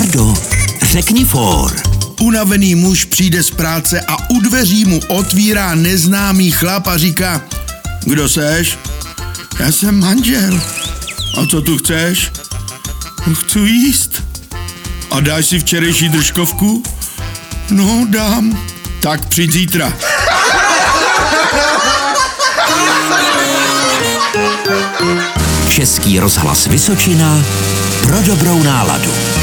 Láďo, řekni for. Unavený muž přijde z práce a u dveří mu otvírá neznámý chlap a říká: Kdo seš? Já jsem manžel. A co tu chceš? Chci jíst. A dáš si včerejší držkovku? No, dám. Tak přijď zítra. Český rozhlas Vysočina pro dobrou náladu.